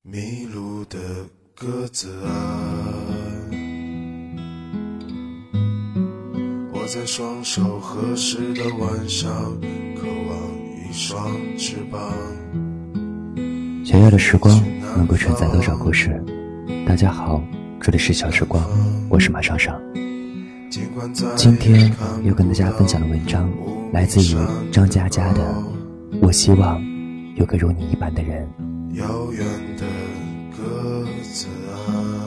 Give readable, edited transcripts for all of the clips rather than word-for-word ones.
迷路的鸽子啊，我在双手合十的晚上，渴望一双翅膀。 小小的时光能够承载多少故事？大家好，这里是小时光，我是马上上。今天要跟大家分享的文章来自于张嘉佳的《我希望有个如你一般的人》。 遥远的鸽子啊，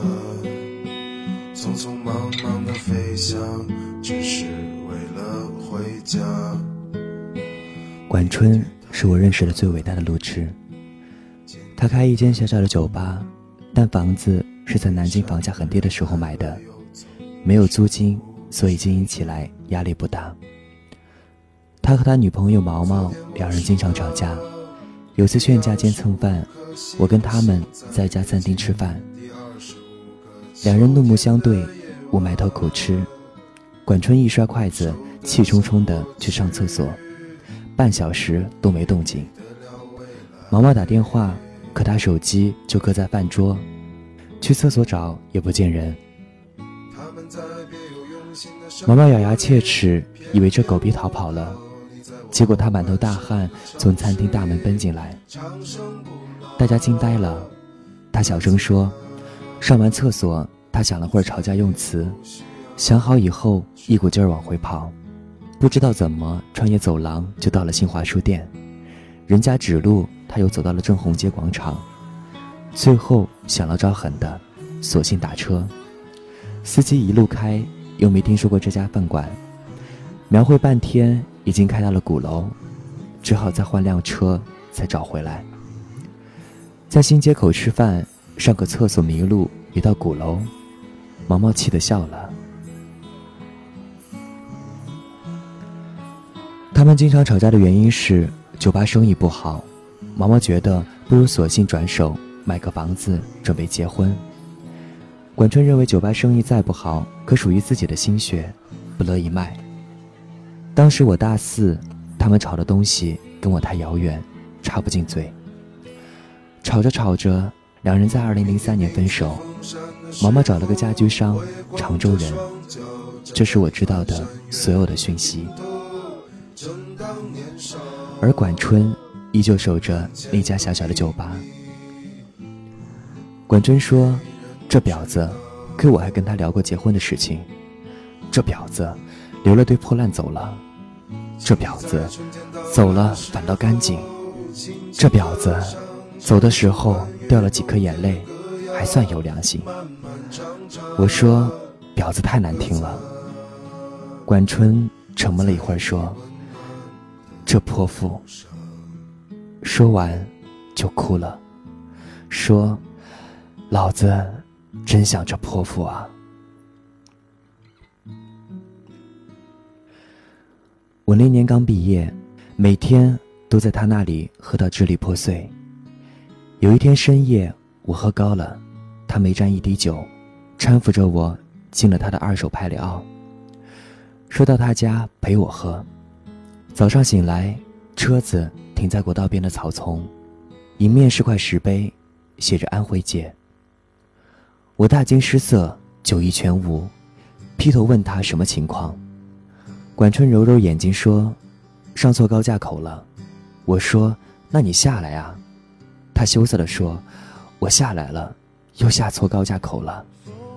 匆匆忙忙的飞翔，只是为了回家。 管春是我认识的最伟大的路痴，他开一间小小的酒吧，但房子是在南京房价很低的时候买的，没有租金，所以经营起来压力不大。他和他女朋友毛毛两人经常吵架，有次劝架兼蹭饭，我跟他们在一家餐厅吃饭，两人怒目相对，我埋头苦吃。管春一刷筷子，气冲冲地去上厕所，半小时都没动静。毛毛打电话，可他手机就搁在饭桌，去厕所找也不见人。毛毛咬牙切齿，以为这狗逼逃跑了，结果他满头大汗从餐厅大门奔进来，大家惊呆了。他小声说，上完厕所他想了会儿吵架用词，想好以后一股劲儿往回跑，不知道怎么穿越走廊就到了新华书店，人家指路他又走到了正红街广场，最后想了招狠的，索性打车。司机一路开，又没听说过这家饭馆，描绘半天已经开到了鼓楼，只好再换辆车才找回来。在新街口吃饭，上个厕所迷路也到鼓楼，毛毛气得笑了。他们经常吵架的原因是酒吧生意不好，毛毛觉得不如索性转手买个房子准备结婚。管春认为酒吧生意再不好，可属于自己的心血，不乐意卖。当时我大4，他们吵的东西跟我太遥远，插不进嘴。吵着吵着，两人在2003年分手。毛毛找了个家居商，常州人。这是我知道的所有的讯息。而管春依旧守着那家小小的酒吧。管春说，这婊子，可我还跟他聊过结婚的事情。这婊子留了堆破烂走了，这婊子走了反倒干净，这婊子走的时候掉了几颗眼泪，还算有良心。我说，婊子太难听了。管春沉默了一会儿说，这泼妇。说完就哭了，说，老子真想这泼妇啊。我那年刚毕业，每天都在他那里喝到支离破碎。有一天深夜，我喝高了，他没沾一滴酒，搀扶着我进了他的2手派里奥，说到他家陪我喝。早上醒来，车子停在国道边的草丛，迎面是块石碑，写着安徽界。我大惊失色，酒意全无，劈头问他什么情况。管春揉揉眼睛说，上错高架口了。我说，那你下来啊。他羞涩地说，我下来了，又下错高架口了。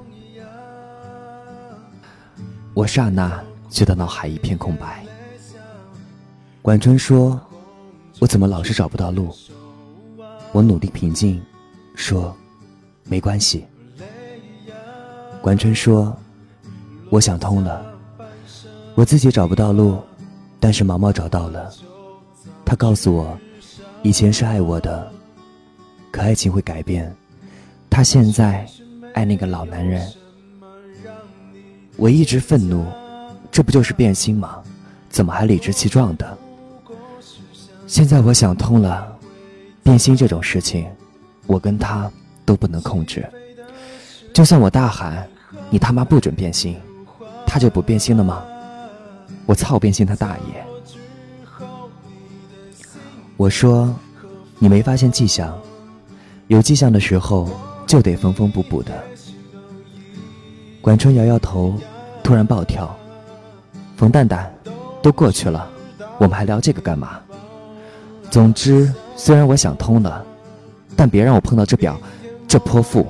我刹那觉得脑海一片空白。管春说，我怎么老是找不到路？我努力平静，说，没关系。管春说，我想通了，我自己找不到路，但是毛毛找到了。他告诉我，以前是爱我的，可爱情会改变，他现在爱那个老男人。我一直愤怒，这不就是变心吗？怎么还理直气壮的？现在我想通了，变心这种事情，我跟他都不能控制。就算我大喊，你他妈不准变心，他就不变心了吗？我操变心他大爷！我说，你没发现迹象？ 有迹象的时候就得缝缝补补的。管春摇摇头，突然暴跳：冯蛋蛋，都过去了，我们还聊这个干嘛？总之，虽然我想通了，但别让我碰到这表，这泼妇。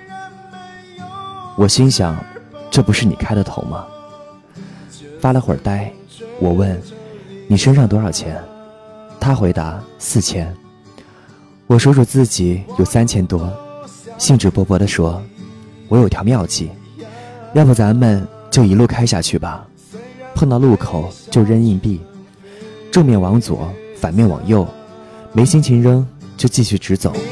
我心想，这不是你开的头吗？发了会儿呆，我问你身上多少钱？他回答4000。我数数自己有3000多，兴致勃勃地说，我有条妙计，要不咱们就一路开下去吧，碰到路口就扔硬币，正面往左，反面往右，没心情扔就继续直走。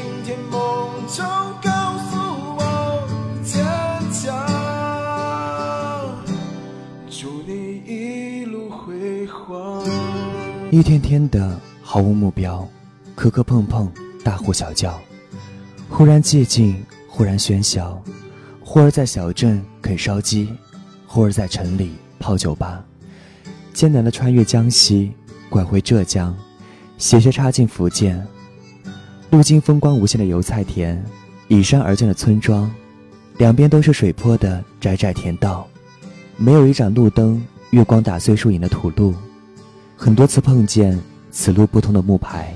一天天的毫无目标，磕磕碰碰，大呼小叫，忽然寂静，忽然喧嚣，忽而在小镇啃烧鸡，忽而在城里泡酒吧，艰难地穿越江西，拐回浙江，斜斜插进福建，路经风光无限的油菜田，依山而建的村庄，两边都是水坡的窄窄田道，没有一盏路灯，月光打碎树影的土路，很多次碰见此路不通的木牌。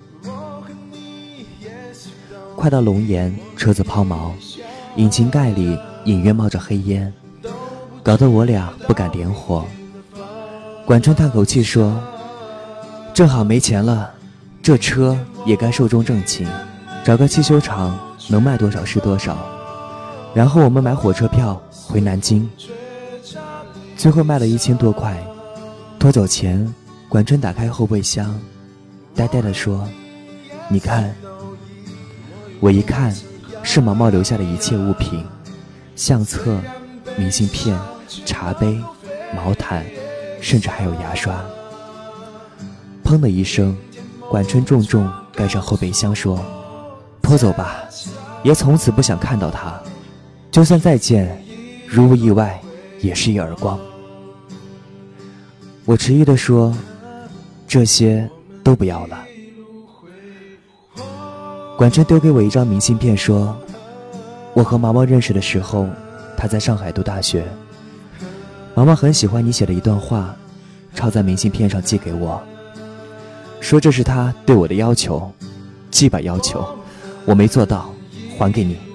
快到龙岩，车子抛锚，引擎盖里隐约冒着黑烟，搞得我俩不敢点火。管春叹口气说，正好没钱了，这车也该寿终正寝，找个汽修厂能卖多少是多少，然后我们买火车票回南京。最后卖了1000多块。拖走前，管春打开后备箱，呆呆地说，你看。我一看，是毛毛留下的一切物品，相册、明信片、茶杯、毛毯，甚至还有牙刷。砰的一声，管春重重盖上后备箱说，拖走吧，爷从此不想看到他，就算再见，如无意外也是一耳光。我迟疑地说，这些都不要了。管春丢给我一张明信片说，我和毛毛认识的时候，他在上海读大学，毛毛很喜欢你写的一段话，抄在明信片上寄给我，说这是他对我的要求，寄吧要求，我没做到，还给你。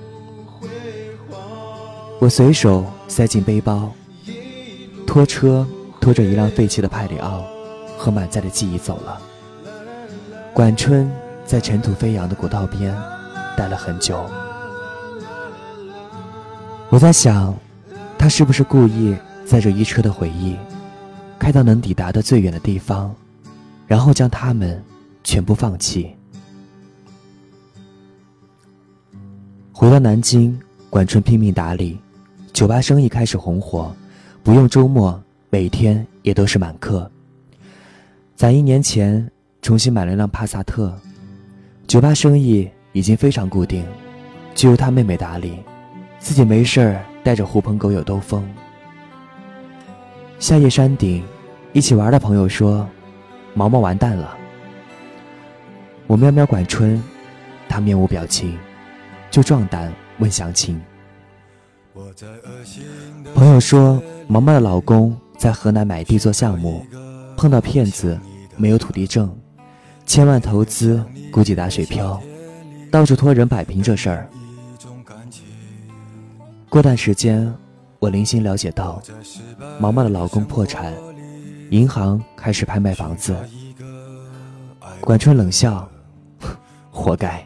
我随手塞进背包，拖车拖着一辆废弃的派里奥和满载的记忆走了。管春在尘土飞扬的古道边待了很久。我在想，他是不是故意载着一车的回忆，开到能抵达的最远的地方，然后将他们全部放弃。回到南京，管春拼命打理，酒吧生意开始红火，不用周末，每天也都是满客。攒1年前，重新买了辆帕萨特，酒吧生意已经非常固定，就由他妹妹打理，自己没事儿带着狐朋狗友兜风。夏夜山顶，一起玩的朋友说，毛毛完蛋了。我瞄瞄管春，他面无表情，就壮胆问详情。朋友说，毛毛的老公在河南买地做项目，碰到骗子，没有土地证，1000万投资估计打水漂，到处托人摆平这事儿。过段时间，我零星了解到，毛毛的老公破产，银行开始拍卖房子。管春冷笑，活该。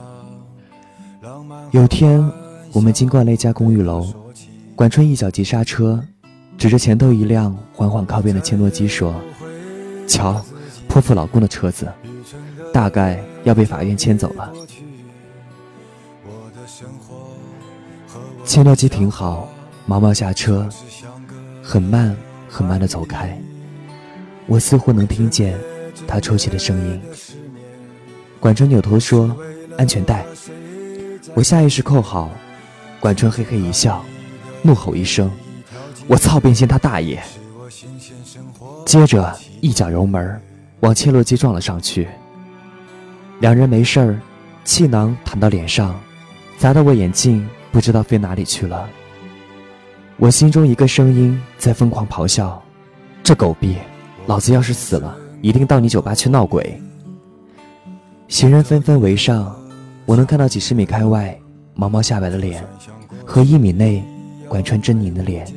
有天，我们经过那家公寓楼，管春一脚急刹车，指着前头一辆缓缓靠边的切诺基说，瞧，泼妇老公的车子，大概要被法院牵走了。切诺基停好，毛毛下车，很慢很慢地走开，我似乎能听见他抽泣的声音。管春扭头说，安全带。我下意识扣好，管春嘿嘿一笑，怒吼一声，我操变心他大爷。接着一脚油门往切诺基撞了上去，两人没事儿， 气囊弹到脸上，砸得我眼镜不知道飞哪里去了。我心中一个声音在疯狂咆哮：这狗逼，老子要是死了，一定到你酒吧去闹鬼。行人纷纷围上，我能看到几十米开外毛毛下摆的脸和1米内管川狰狞的脸。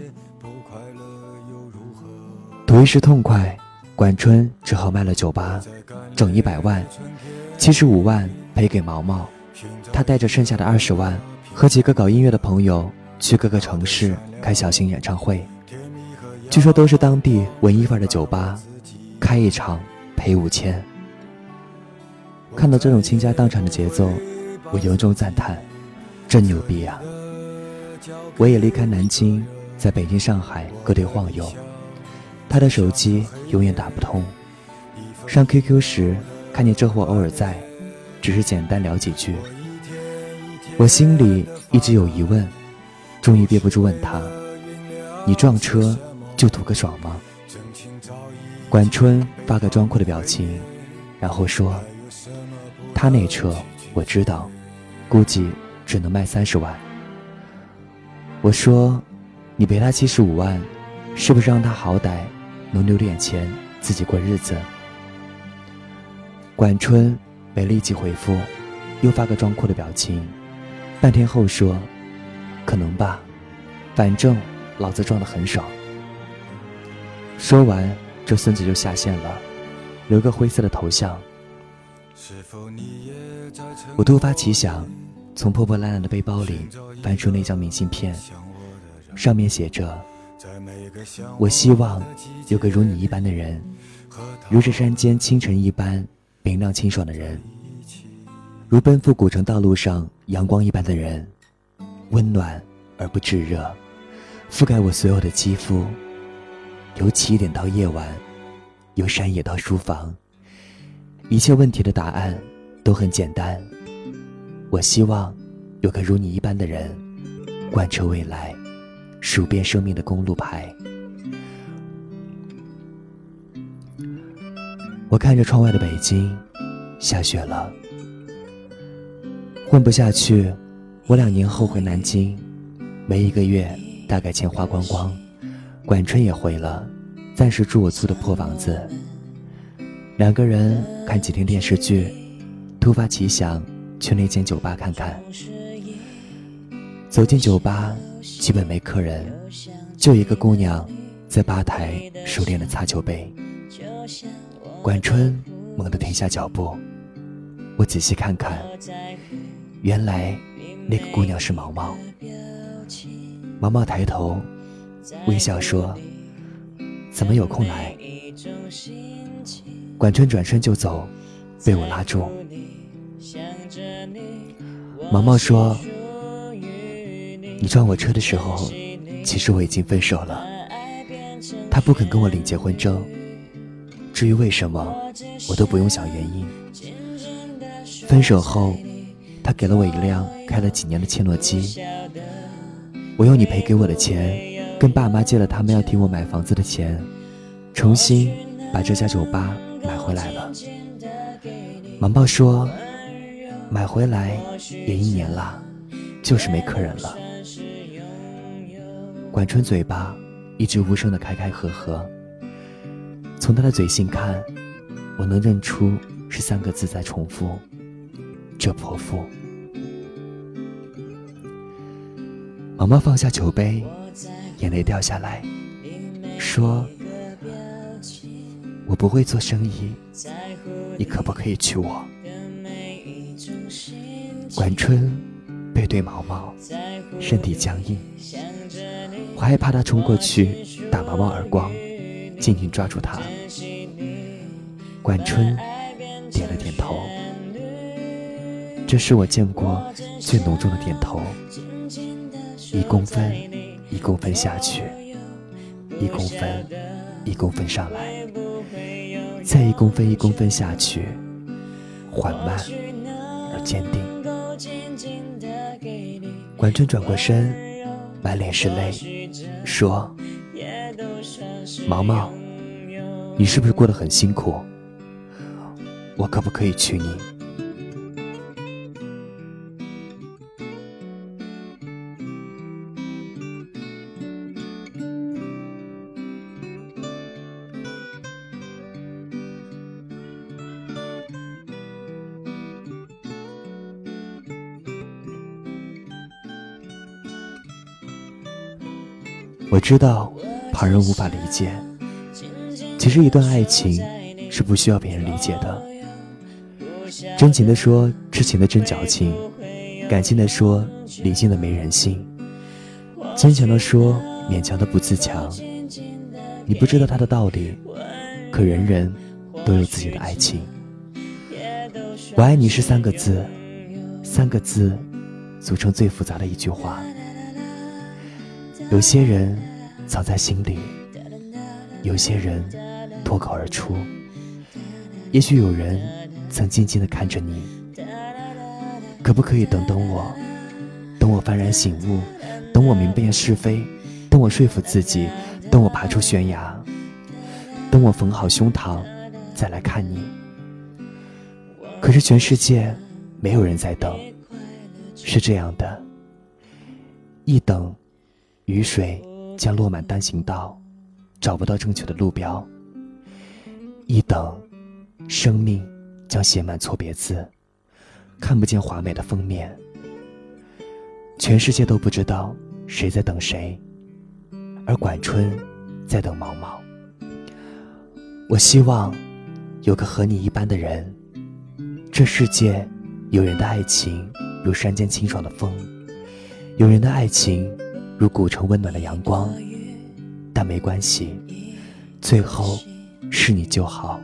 图一时痛快，管春只好卖了酒吧，整100万，75万赔给毛毛。他带着剩下的20万和几个搞音乐的朋友去各个城市开小型演唱会，据说都是当地文艺范的酒吧，开一场赔5000。看到这种倾家荡产的节奏，我由衷赞叹，真牛逼啊！我也离开南京，在北京、上海各地晃悠。他的手机永远打不通，上 QQ 时看见这货偶尔在，只是简单聊几句。我心里一直有疑问，终于憋不住问他：你撞车就图个爽吗？管春发个装酷的表情，然后说：他那车我知道，估计只能卖30万。我说：你赔他75万，是不是让他好歹能留点钱自己过日子？管春没立即回复，又发个装酷的表情，半天后说：可能吧，反正老子撞得很爽。说完，这孙子就下线了，留个灰色的头像。我突发奇想，从破破烂烂的背包里翻出那张明信片，上面写着：我希望有个如你一般的人，如这山间清晨一般明亮清爽的人，如奔赴古城道路上阳光一般的人，温暖而不炙热，覆盖我所有的肌肤，由起点到夜晚，由山野到书房，一切问题的答案都很简单。我希望有个如你一般的人，贯彻未来，数遍生命的公路牌。我看着窗外的北京，下雪了。混不下去，我2年后回南京，没1个月，大概钱花光光。管春也回了，暂时住我租的破房子。2个人看几天电视剧，突发奇想去那间酒吧看看。走进酒吧，基本没客人，就一个姑娘在吧台熟练地擦酒杯。管春猛地停下脚步，我仔细看看，原来那个姑娘是毛毛。毛毛抬头微笑说：怎么有空来？管春转身就走，被我拉住。毛毛说：你撞我车的时候，其实我已经分手了。他不肯跟我领结婚证，至于为什么，我都不用想原因。分手后，他给了我一辆开了几年的切诺基，我用你赔给我的钱，跟爸妈借了他们要替我买房子的钱，重新把这家酒吧买回来了。毛毛说：买回来也1年了，就是没客人了。管春嘴巴一直无声的开开合合，从他的嘴型看，我能认出是3个字在重复：这泼妇。毛毛放下酒杯，眼泪掉下来，说：我不会做生意，你可不可以娶我？管春背对毛毛，身体僵硬，我害怕他冲过去打毛毛耳光，紧紧抓住他。管春点了点头，这是我见过最浓重的点头。1公分1公分下去，1公分1公分上来，再1公分1公分下去，缓慢而坚定。管春转过身，满脸是泪，说：毛毛，你是不是过得很辛苦？我可不可以娶你？ 我知道旁人无法理解，其实一段爱情是不需要别人理解的。真情的说痴情的真矫情，感性的说理性的没人性，坚强的说勉强的不自强。你不知道他的道理，可人人都有自己的爱情。我爱你是3个字，3个字组成最复杂的一句话。有些人藏在心里，有些人脱口而出，也许有人曾静静地看着你。可不可以等等我，等我幡然醒悟，等我明辨是非，等我说服自己，等我爬出悬崖，等我缝好胸膛再来看你。可是全世界没有人在等，是这样的，一等雨水将落满单行道，找不到正确的路标；一等生命将写满错别字，看不见华美的封面。全世界都不知道谁在等谁，而管春在等毛毛。我希望有个和你一般的人，这世界有人的爱情如山间清爽的风，有人的爱情如古城温暖的阳光，但没关系，最后是你就好。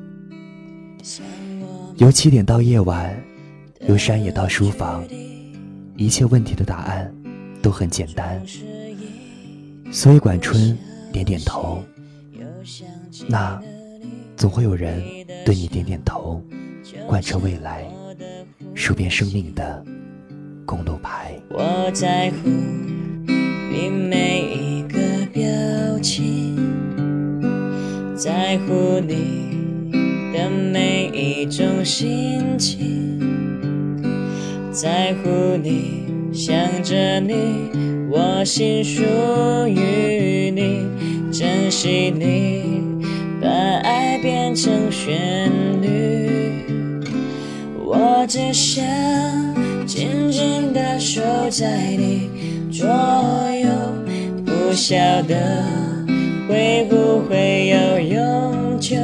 由起点到夜晚，由山野到书房，一切问题的答案都很简单。所以管春点点头，那总会有人对你点点头，贯彻未来，数遍生命的公路牌。 我在乎你每一个表情，在乎你的每一种心情，在乎你想着你，我心属于你，珍惜你，把爱变成旋律。我只想紧紧地守在你左右，不晓得会不会有永久，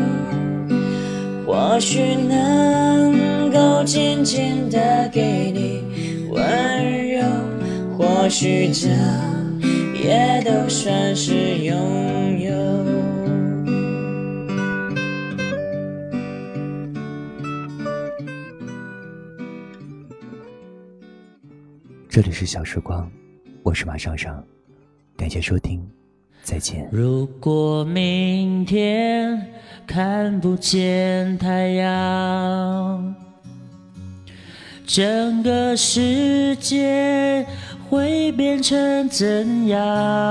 或许能够渐渐地给你温柔，或许这也都算是拥有。 这里是小时光，我是马上上，感谢收听，再见。 如果明天看不见太阳，整个世界会变成怎样？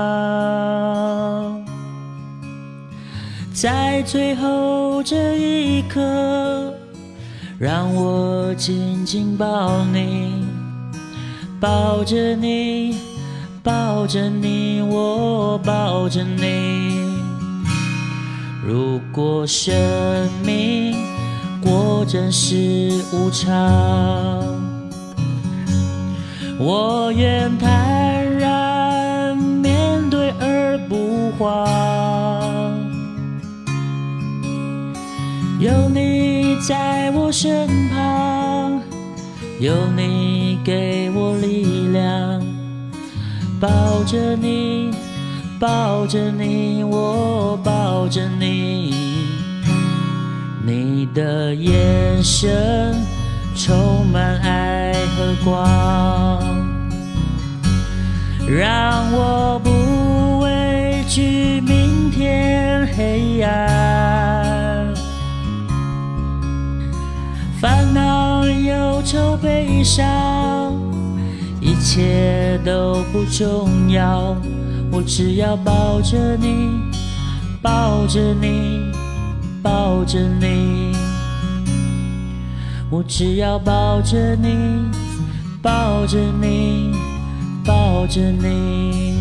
在最后这一刻，让我紧紧抱你，抱着你，抱着你，我抱着你。如果生命果真是无常，我愿坦然面对而不慌。有你在我身旁，有你给我力量，抱着你，抱着你，我抱着你。你的眼神充满爱和光，让我不畏惧明天黑暗。烦恼忧愁悲伤，一切都不重要，我只要抱着你，抱着你，抱着你。我只要抱着你，抱着你，抱着你。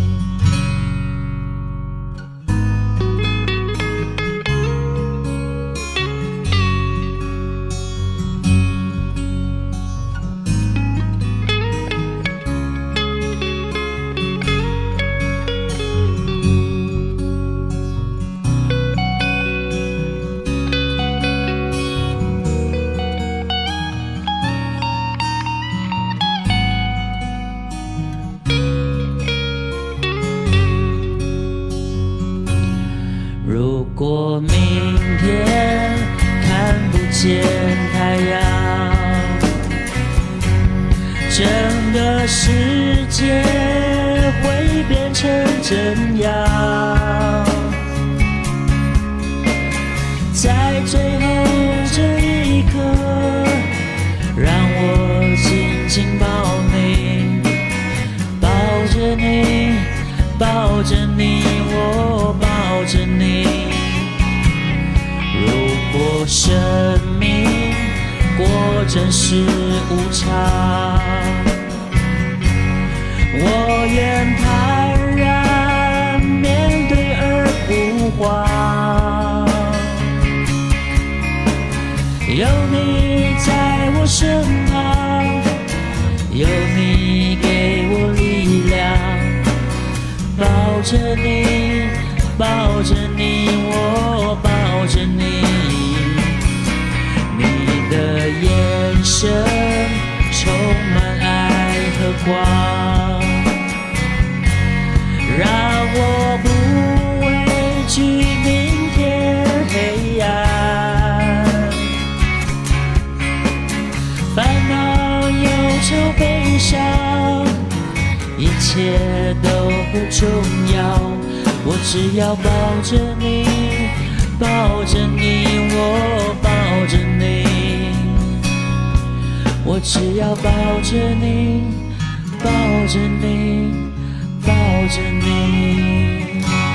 整个世界会变成怎样？在最后这一刻，让我紧紧抱你，抱着你，抱着你，我抱着你。如果生命果真是无常，我愿坦然面对而不慌。有你在我身旁，有你给我力量，抱着你，抱着你，我抱着你。你的眼神充满爱和光，让我不畏惧明天黑暗。烦恼、忧愁、悲伤，一切都不重要，我只要抱着你，抱着你，我抱着你，我只要抱着你，抱着你，抱着你。